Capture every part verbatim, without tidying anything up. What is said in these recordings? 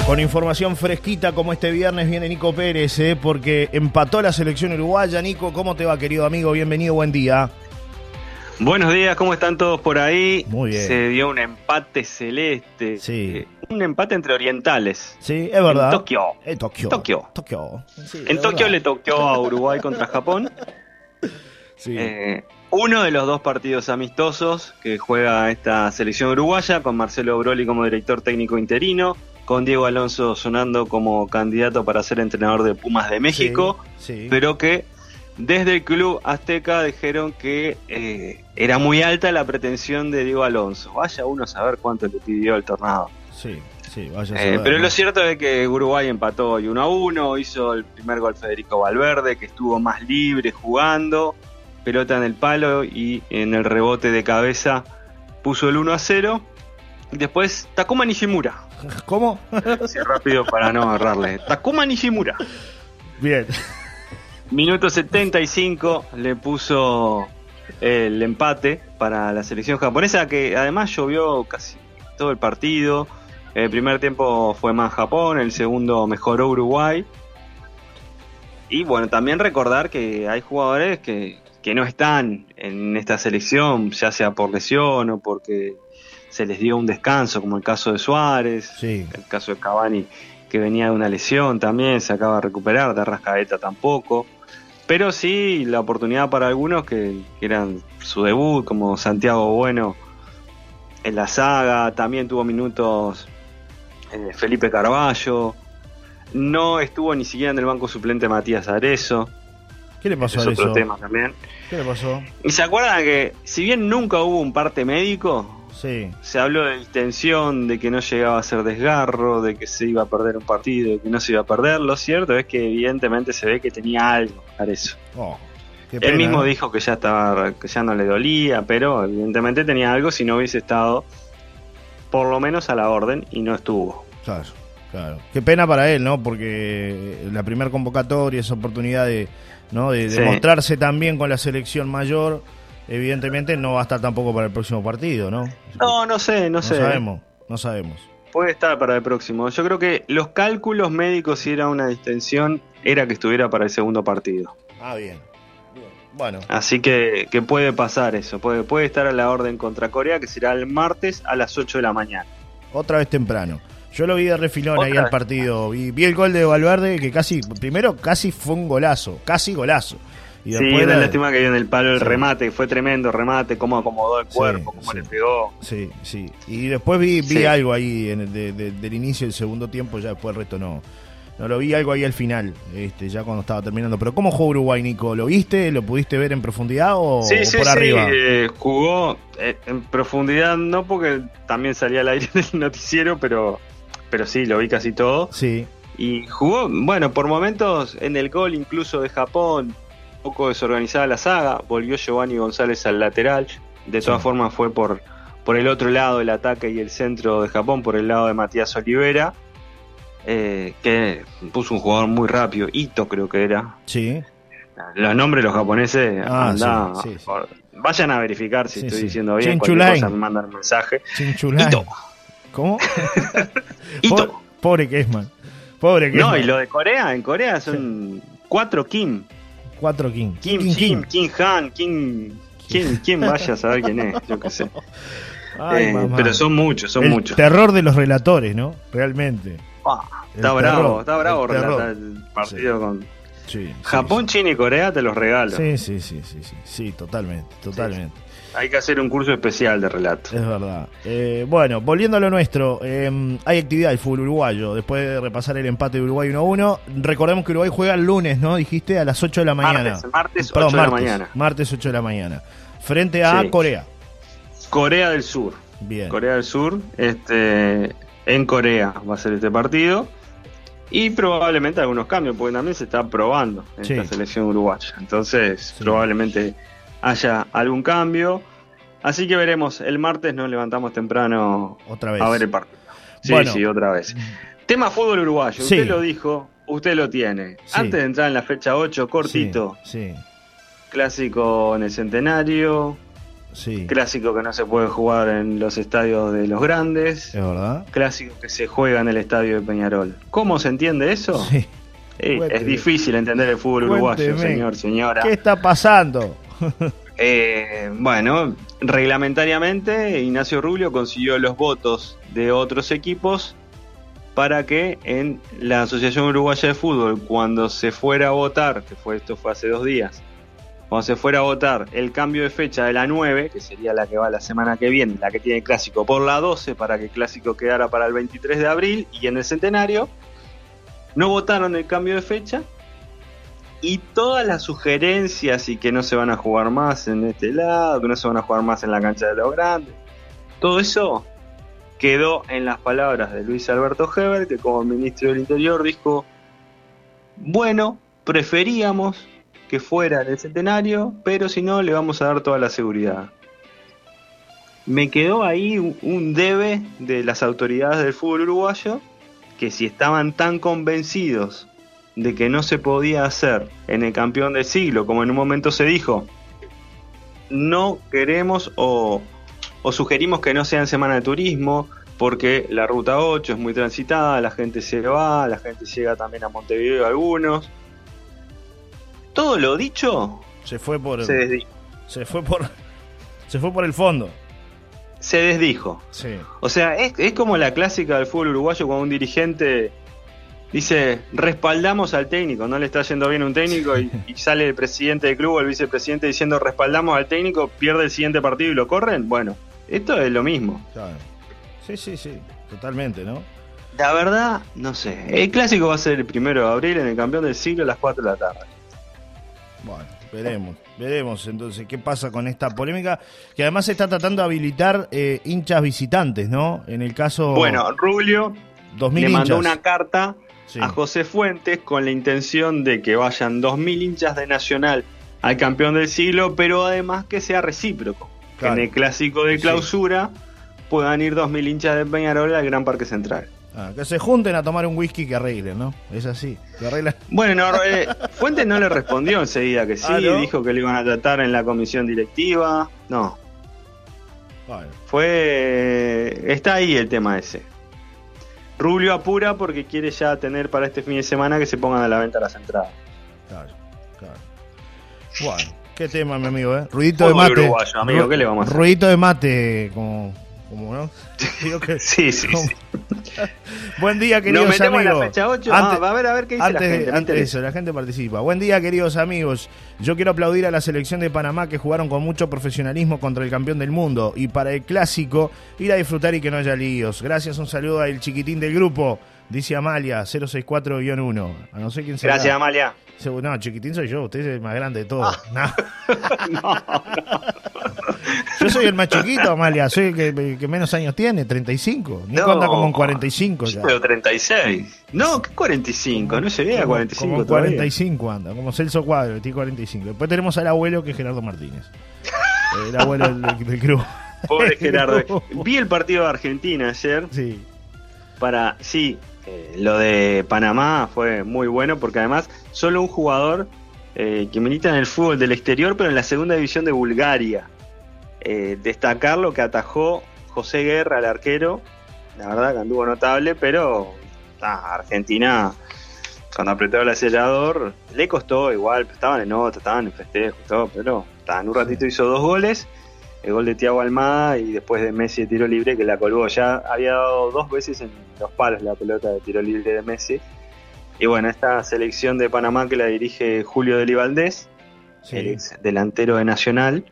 Con información fresquita como este viernes viene Nico Pérez, ¿eh? Porque empató la selección uruguaya. Nico, ¿cómo te va, querido amigo? Bienvenido, buen día. Buenos días, ¿cómo están todos por ahí? Muy bien. Se dio un empate celeste. Sí. Eh, un empate entre orientales. Sí, es verdad. En Tokio. En Tokio. Tokio. Tokio. Sí, en Tokio verdad. le tocó a Uruguay contra Japón. Sí. Eh, uno de los dos partidos amistosos que juega esta selección uruguaya, con Marcelo Broli como director técnico interino, con Diego Alonso sonando como candidato para ser entrenador de Pumas de México, Sí, sí. pero que desde el club azteca dijeron que eh, era muy alta la pretensión de Diego Alonso. Vaya uno a saber cuánto le pidió el Tornado. Sí, sí, vaya a Eh, saber, pero ¿no? lo cierto es que Uruguay empató hoy uno a uno, hizo el primer gol Federico Valverde, que estuvo más libre jugando, pelota en el palo y en el rebote de cabeza puso el uno a cero. Después Takuma Nishimura. ¿Cómo? Así rápido para no agarrarle. Takuma Nishimura. Bien. Minuto setenta y cinco le puso el empate para la selección japonesa, que además llovió casi todo el partido. El primer tiempo fue más Japón, el segundo mejoró Uruguay. Y bueno, también recordar que hay jugadores que, que no están en esta selección, ya sea por lesión o porque se les dio un descanso, como el caso de Suárez, Sí. el caso de Cavani, que venía de una lesión también, se acaba de recuperar, de Arrascaeta tampoco. Pero sí la oportunidad para algunos que, que eran su debut, como Santiago Bueno en la saga, también tuvo minutos eh, Felipe Carballo, no estuvo ni siquiera en el banco suplente Matías Arezo, ¿Qué le pasó es a otro eso? tema también. ¿Qué le pasó? Y se acuerdan que si bien nunca hubo un parte médico, Sí. se habló de distensión, de que no llegaba a ser desgarro, de que se iba a perder un partido, de que no se iba a perder. Lo cierto es que evidentemente se ve que tenía algo para eso. Oh, qué Él pena, mismo ¿eh? dijo que ya estaba, que ya no le dolía, pero evidentemente tenía algo si no hubiese estado por lo menos a la orden y no estuvo. Claro, claro. Qué pena para él, ¿no? Porque la primera convocatoria, esa oportunidad de, ¿no? de, de Sí. mostrarse también con la selección mayor, evidentemente no va a estar tampoco para el próximo partido, ¿no? No, no sé, no, No sé. sabemos, no sabemos. Puede estar para el próximo. Yo creo que los cálculos médicos, si era una distensión, era que estuviera para el segundo partido. Ah, bien. Bien. Bueno, Así que, que puede pasar eso. Puede, puede estar a la orden contra Corea, que será el martes a las ocho de la mañana. otra vez temprano. Yo lo vi de refilón Otra ahí al vez. partido. Vi, vi el gol de Valverde, que casi, primero casi fue un golazo, casi golazo. Y Sí, después una la- lástima que en el palo el Sí. remate, fue tremendo remate, cómo acomodó el Sí, cuerpo, cómo sí. le pegó. Sí, sí. Y después vi, vi Sí. algo ahí en el de- de- del inicio del segundo tiempo, ya después el resto no. No lo vi, algo ahí al final, este, ya cuando estaba terminando. Pero ¿cómo jugó Uruguay, Nico? ¿Lo viste? ¿Lo pudiste ver en profundidad o, Sí, o sí, por sí, arriba? eh, jugó eh, en profundidad, no porque también salía al aire del noticiero, pero, pero sí, lo vi casi todo. Sí, Y jugó, bueno, por momentos en el gol incluso de Japón, un poco desorganizada la saga, volvió Giovanni González al lateral, de todas Sí. formas fue por, por el otro lado del ataque y el centro de Japón, por el lado de Matías Olivera, eh, que puso un jugador muy rápido, Ito creo que era. sí. Los nombres de los japoneses, Ah, andá, sí, sí, sí. por- vayan a verificar si Sí, estoy sí. diciendo bien, Chinchulain. cualquier cosa me mandan un mensaje. Chinchulán. Ito, ¿Cómo? Ito. Po- Pobre Kesman. Pobre Kesman. No, y lo de Corea, en Corea son cuatro Kim. Cuatro King. Kim, Kim, Kim Han, Kim. ¿Quién, quién vaya a saber quién es? Yo qué sé. Ay, Eh, mamá. pero son muchos, son el muchos. terror de los relatores, ¿no? Realmente. Ah, el está terror, bravo, está bravo el terror. relatar el partido con Sí, sí, Japón, China y Corea, te los regalo. Sí, sí, sí, sí, sí, sí, totalmente, totalmente. Hay que hacer un curso especial de relato. Es verdad. Eh, bueno, volviendo a lo nuestro, eh, hay actividad del fútbol uruguayo. Después de repasar el empate de Uruguay uno a uno, recordemos que Uruguay juega el lunes, ¿no? Dijiste a las ocho de la mañana. Martes, martes, Perdón, ocho de la martes, mañana. Martes ocho de la mañana. Frente a Sí. Corea. Corea del Sur. Bien. Corea del Sur, este, en Corea va a ser este partido. Y probablemente algunos cambios, porque también se está probando en Sí. esta selección uruguaya. Entonces, Sí. probablemente haya algún cambio. Así que veremos. El martes nos levantamos temprano Otra vez. a ver el partido. Sí, Bueno. sí, otra vez. Tema fútbol uruguayo. Sí. Usted lo dijo, usted lo tiene. Sí. Antes de entrar en la fecha ocho, cortito. Sí, sí. Clásico en el centenario. Sí. Clásico que no se puede jugar en los estadios de los grandes. Es verdad. Clásico que se juega en el estadio de Peñarol. ¿Cómo se entiende eso? Sí. Eh, es difícil entender el fútbol Cuénteme. uruguayo, señor, señora. ¿Qué está pasando? Eh, bueno, reglamentariamente Ignacio Rubio consiguió los votos de otros equipos para que en la Asociación Uruguaya de Fútbol, cuando se fuera a votar, que fue esto fue hace dos días, cuando se fuera a votar el cambio de fecha de la nueve, que sería la que va la semana que viene, la que tiene el Clásico, por la doce, para que el Clásico quedara para el veintitrés de abril, y en el Centenario, no votaron el cambio de fecha, y todas las sugerencias y que no se van a jugar más en este lado, que no se van a jugar más en la cancha de los grandes, todo eso quedó en las palabras de Luis Alberto Heber, que como ministro del Interior dijo, bueno, preferíamos que fuera en el Centenario, pero si no, le vamos a dar toda la seguridad. Me quedó ahí un, un debe de las autoridades del fútbol uruguayo, que si estaban tan convencidos de que no se podía hacer en el campeón del siglo, como en un momento se dijo, no queremos o, o sugerimos que no sea en semana de turismo, porque la ruta ocho es muy transitada, la gente se va, la gente llega también a Montevideo algunos. Todo lo dicho Se fue por se desdijo. Se fue por Se fue por el fondo. Se desdijo. Sí. O sea, es, es como la clásica del fútbol uruguayo cuando un dirigente dice, respaldamos al técnico, no le está yendo bien a un técnico y, y sale el presidente del club o el vicepresidente diciendo respaldamos al técnico, pierde el siguiente partido y lo corren. Bueno, esto es lo mismo. Claro. Sí, sí, sí, totalmente, ¿no? La verdad, no sé. El clásico va a ser el primero de abril en el campeón del siglo a las cuatro de la tarde. Bueno, veremos, veremos entonces qué pasa con esta polémica, que además se está tratando de habilitar eh, hinchas visitantes, ¿no? En el caso... Bueno, Rubio dos mil le mandó hinchas. una carta Sí. a José Fuentes con la intención de que vayan dos mil hinchas de Nacional al campeón del siglo, pero además que sea recíproco. Claro. Que en el clásico de clausura sí. puedan ir dos mil hinchas de Peñarol al Gran Parque Central. Ah, que se junten a tomar un whisky que arreglen, ¿no? Es así, que arreglen. Bueno, no, eh, Fuentes no le respondió enseguida que sí, ¿Ah, no? dijo que lo iban a tratar en la comisión directiva. No, Bueno, fue... Está ahí el tema ese. Rubio apura porque quiere ya tener para este fin de semana que se pongan a la venta las entradas. claro, claro. Bueno, qué tema, mi amigo, ¿eh? Ruidito Fútbol de mate. uruguayo, amigo, ¿qué le vamos a hacer? Ruidito de mate, como... como ¿no? Digo que- Sí, sí, como- sí. Buen día, queridos Nos metemos en amigos. la fecha ocho. Antes- Ah, a ver, a ver qué dice Antes, la de- gente. me antes de interesa. eso, la gente participa. Buen día, queridos amigos. Yo quiero aplaudir a la selección de Panamá que jugaron con mucho profesionalismo contra el campeón del mundo. Y para el clásico, ir a disfrutar y que no haya líos. Gracias, un saludo al chiquitín del grupo, dice Amalia, cero seis cuatro guión uno. A no sé quién será. Gracias, Amalia. No, chiquitín soy yo, usted es el más grande de todos. Ah. No. No, no. Yo soy el más chiquito, Amalia, soy el que, que menos años tiene, treinta y cinco. Nico No. anda como en cuarenta y cinco ya. Yo tengo treinta y seis. No, ¿qué cuarenta y cinco? No llegué a Como- cuarenta y cinco como todavía. cuarenta y cinco anda, como Celso Cuadro, tiene cuarenta y cinco. Después tenemos al abuelo que es Gerardo Martínez. El abuelo del, del, del club. Pobre Gerardo. Vi el partido de Argentina ayer. Sí, Para, sí, eh, lo de Panamá fue muy bueno porque además solo un jugador eh, que milita en el fútbol del exterior, pero en la segunda división de Bulgaria. Eh, destacar lo que atajó José Guerra, el arquero. La verdad que anduvo notable, pero ah, Argentina, cuando apretó el acelerador, le costó igual. Estaban en nota, estaban en festejo, todo, pero ah, en un ratito hizo dos goles. El gol de Thiago Almada y después de Messi de tiro libre que la colgó. Ya había dado dos veces en los palos la pelota de tiro libre de Messi. Y bueno, esta selección de Panamá que la dirige Julio Deli Valdés, sí. el ex delantero de Nacional,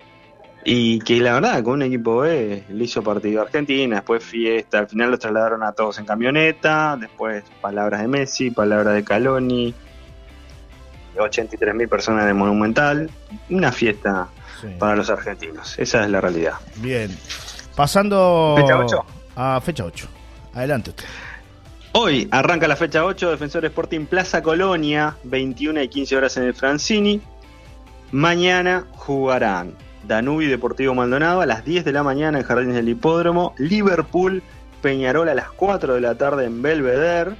y que la verdad con un equipo B le hizo partido a Argentina, después fiesta, al final los trasladaron a todos en camioneta, después palabras de Messi, palabras de Caloni, ochenta y tres mil personas en el Monumental, una fiesta Sí. para los argentinos, esa es la realidad. Bien. Pasando ¿Fecha ocho? a fecha ocho. Adelante usted. Hoy arranca la fecha ocho, Defensor Sporting Plaza Colonia, veintiuna y quince horas en el Francini. Mañana jugarán Danubio y Deportivo Maldonado a las diez de la mañana en Jardines del Hipódromo, Liverpool Peñarol a las cuatro de la tarde en Belvedere,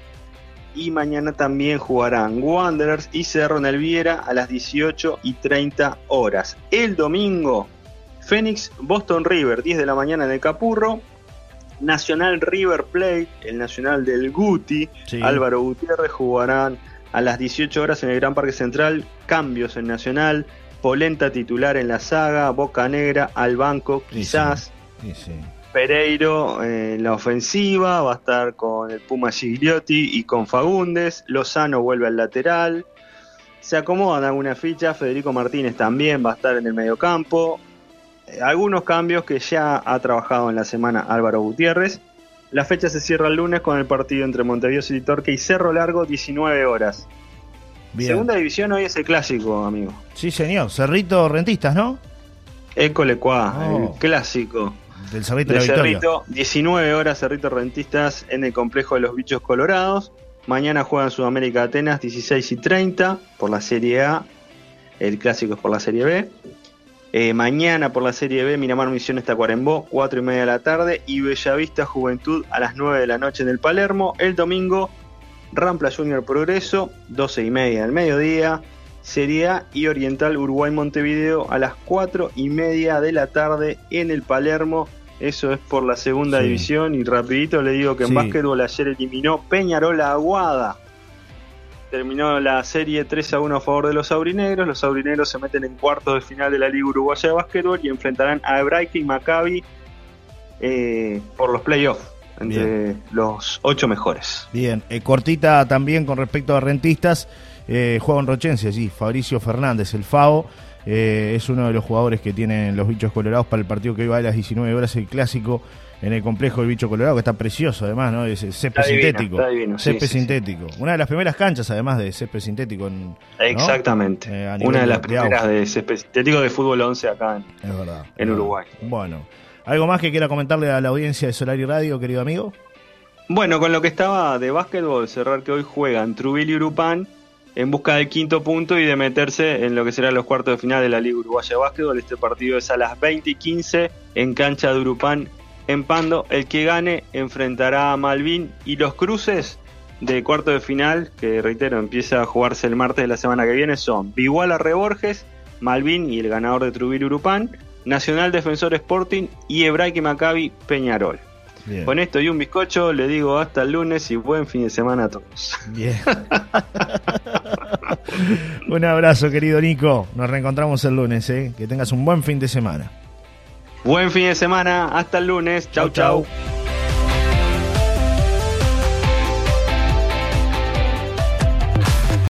y mañana también jugarán Wanderers y Cerro Nelviera a las dieciocho y treinta horas. El domingo Fénix, Boston River, diez de la mañana en el Capurro. Nacional River Plate, el Nacional del Guti, sí. Álvaro Gutiérrez, jugarán a las dieciocho horas en el Gran Parque Central. Cambios en Nacional, Polenta titular en la Saga, Boca Negra al banco, quizás. Sí, sí. Sí. Pereiro eh, en la ofensiva, va a estar con el Puma Gigliotti y con Fagundes. Lozano vuelve al lateral. Se acomodan algunas fichas, Federico Martínez también va a estar en el mediocampo. Algunos cambios que ya ha trabajado en la semana Álvaro Gutiérrez. La fecha se cierra el lunes con el partido entre Montevideo City Torque y Cerro Largo, diecinueve horas. Bien. Segunda división hoy es el clásico, amigo. Sí, señor. Cerrito Rentistas, ¿no? École Cuá, oh. El clásico. Del Cerrito de la Victoria. Cerrito, diecinueve horas, Cerrito Rentistas en el complejo de los Bichos Colorados. Mañana juegan Sudamérica Atenas, dieciséis y treinta por la Serie A. El clásico es por la Serie B. Eh, mañana por la Serie B, Miramar Misiones Tacuarembó, cuatro y media de la tarde, y Bellavista Juventud a las nueve de la noche en el Palermo. El domingo, Rampla Junior Progreso, doce y media del mediodía. Serie A y Oriental Uruguay Montevideo a las cuatro y media de la tarde en el Palermo. Eso es por la segunda sí. división. Y rapidito le digo que en sí. básquetbol ayer eliminó Peñarol a Aguada. Terminó la serie tres a uno a favor de los aurinegros. Los aurinegros se meten en cuartos de final de la Liga Uruguaya de Básquetbol y enfrentarán a Hebraica y Maccabi eh, por los playoffs entre Bien. los ocho mejores. Bien, eh, cortita también con respecto a Rentistas. Eh, juega un rochense allí, Fabricio Fernández, el Favo. Eh, es uno de los jugadores que tienen los Bichos Colorados para el partido que hoy va a las diecinueve horas, el clásico en el complejo del Bicho Colorado, que está precioso además, ¿no? Es césped sintético. Está divino, césped sí, sintético. Sí, sí. Una de las primeras canchas además de césped sintético. En, ¿no? Exactamente. Eh, Una de las de primeras de, de césped sintético de fútbol once acá en, es verdad, en es Uruguay. Verdad. Bueno, ¿algo más que quiera comentarle a la audiencia de Solari Radio, querido amigo? Bueno, con lo que estaba de básquetbol, cerrar que hoy juegan Trujillo y Urupán en busca del quinto punto y de meterse en lo que serán los cuartos de final de la Liga Uruguaya de Básquetbol. Este partido es a las veinte y quince en cancha de Urupán en Pando. El que gane enfrentará a Malvin, y los cruces de cuarto de final, que reitero empieza a jugarse el martes de la semana que viene, son Biguala Reborges, Malvin y el ganador de Trujillo Urupán, Nacional Defensor Sporting y Hebraica y Maccabi Peñarol. Bien. Con esto y un bizcocho le digo hasta el lunes y buen fin de semana a todos. Bien. Un abrazo, querido Nico. Nos reencontramos el lunes, ¿eh? Que tengas un buen fin de semana. Buen fin de semana, hasta el lunes. Chau, chau. chau.